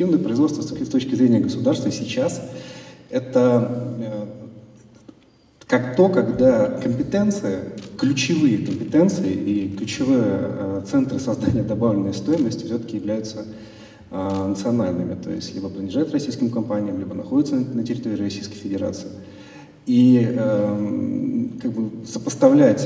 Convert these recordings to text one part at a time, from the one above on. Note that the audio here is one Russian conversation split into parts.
эффективное производство с точки зрения государства сейчас это как то, когда компетенции, ключевые компетенции и ключевые центры создания добавленной стоимости все-таки являются национальными, то есть либо принадлежат российским компаниям, либо находятся на территории Российской Федерации. И как бы сопоставлять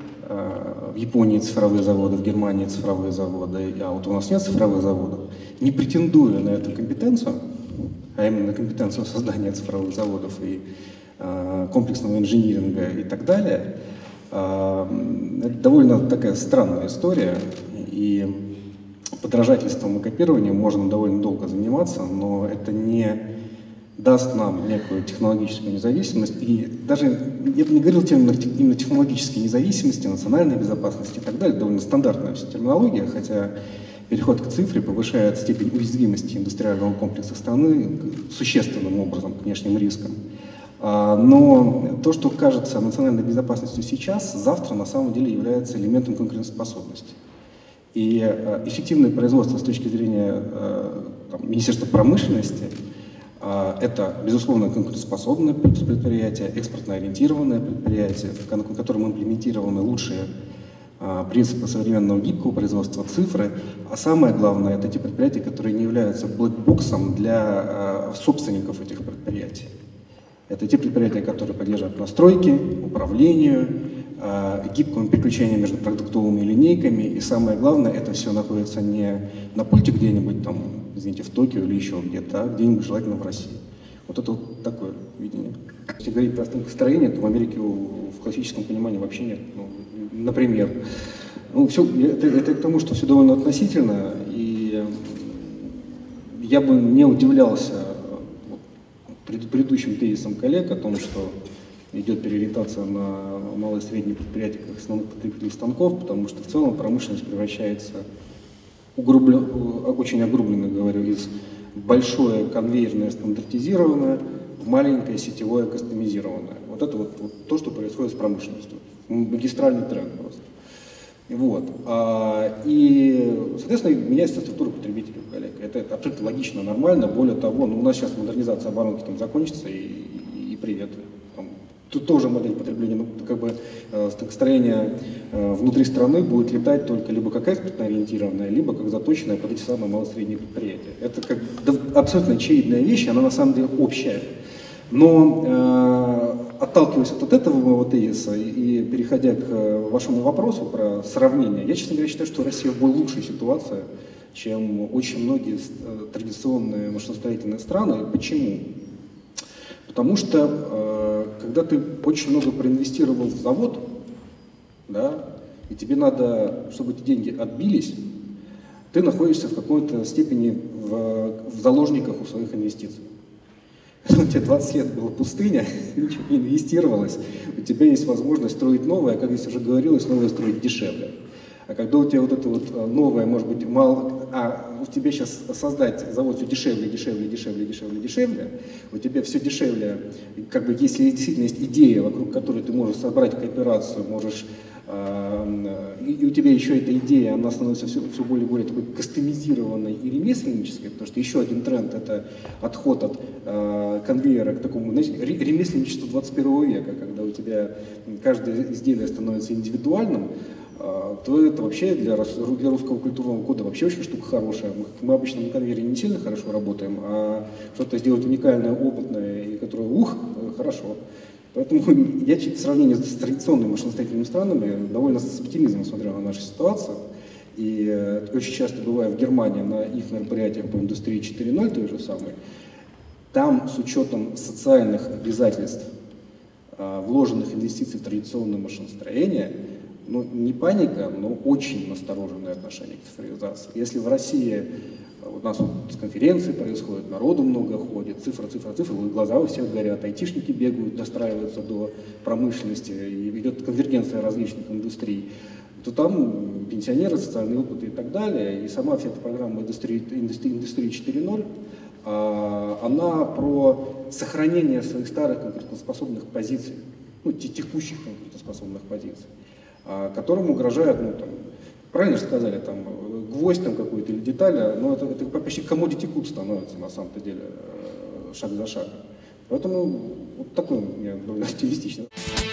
в Японии цифровые заводы, в Германии цифровые заводы, а вот у нас нет цифровых заводов, не претендуя на эту компетенцию, а именно на компетенцию создания цифровых заводов и комплексного инжиниринга и так далее, это довольно такая странная история, и подражательством и копированием можно довольно долго заниматься, но это не даст нам некую технологическую независимость. И даже, я бы не говорил именно технологической независимости, национальной безопасности и так далее, довольно стандартная вся терминология, хотя переход к цифре повышает степень уязвимости индустриального комплекса страны существенным образом к внешним рискам. Но то, что кажется национальной безопасностью сейчас, завтра на самом деле является элементом конкурентоспособности. И эффективное производство с точки зрения Министерства промышленности это, безусловно, конкурентоспособное предприятие, экспортно ориентированное предприятие, в котором имплементированы лучшие принципы современного гибкого производства, цифры. А самое главное, это те предприятия, которые не являются блэкбоксом для собственников этих предприятий. Это те предприятия, которые подлежат настройке, управлению, гибкому переключению между продуктовыми линейками. И самое главное, это все находится не на пульте где-нибудь там, извините, в Токио или еще где-то, а где-нибудь желательно в России. Вот это вот такое видение. Если говорить про станкостроение, то в Америке в классическом понимании вообще нет. Ну, например, все, это к тому, что все довольно относительно, и я бы не удивлялся предыдущим тезисом коллег о том, что идет переориентация на малые и средние предприятия как основных потребителей станков, потому что в целом промышленность превращается, очень огрубленно говорю, из большое конвейерное стандартизированное в маленькое сетевое кастомизированное. Вот это вот то, что происходит с промышленностью. Магистральный тренд просто. Вот. И, соответственно, меняется структура потребителей у коллег. Это абсолютно логично, нормально. Более того, у нас сейчас модернизация оборонки там закончится, и привет. Тут тоже модель потребления, как бы станкостроение внутри страны будет летать только либо как экспортно ориентированное, либо как заточенное под эти самые малые и средние предприятия. Это как абсолютно очевидная вещь, она на самом деле общая. Но отталкиваясь от этого моего тезиса и переходя к вашему вопросу про сравнение, я, честно говоря, считаю, что Россия в более лучшей ситуации, чем очень многие традиционные машиностроительные страны. Почему? Потому что когда ты очень много проинвестировал в завод, да, и тебе надо, чтобы эти деньги отбились, ты находишься в какой-то степени в заложниках у своих инвестиций. У тебя 20 лет была пустыня, ничего не инвестировалось, у тебя есть возможность строить новое, а как здесь уже говорилось, новое строить дешевле. А когда у тебя вот это вот новое, может быть, мало, у тебя сейчас создать завод все дешевле, дешевле, дешевле, дешевле, дешевле, у тебя все дешевле, как бы если действительно есть идея, вокруг которой ты можешь собрать кооперацию, можешь, и у тебя еще эта идея, она становится все более и более такой кастомизированной и ремесленнической, потому что еще один тренд — это отход от конвейера к такому, знаете, ремесленничеству 21 века, когда у тебя каждое изделие становится индивидуальным, то это вообще для русского культурного кода вообще очень штука хорошая. Мы обычно на конвейере не сильно хорошо работаем, а что-то сделать уникальное, опытное, и которое хорошо. Поэтому я в сравнении с традиционными машиностроительными странами довольно с оптимизмом смотрел на нашу ситуацию. И очень часто бываю в Германии на их мероприятиях по индустрии 4.0, той же самой. Там с учетом социальных обязательств, вложенных инвестиций в традиционное машиностроение, не паника, но очень настороженное отношение к цифровизации. Если в России у нас с конференции происходит, народу много ходит, цифра, глаза у всех горят, айтишники бегают, достраиваются до промышленности, и идет конвергенция различных индустрий, то там пенсионеры, социальные опыты и так далее, и сама вся эта программа индустрии 4.0, она про сохранение своих старых конкурентоспособных позиций, текущих конкурентоспособных позиций, которым угрожают, правильно же сказали, гвоздь там какой-то или деталь, но это почти commodity good становится на самом-то деле, шаг за шагом. Поэтому вот такой у меня довольно оптимистичный.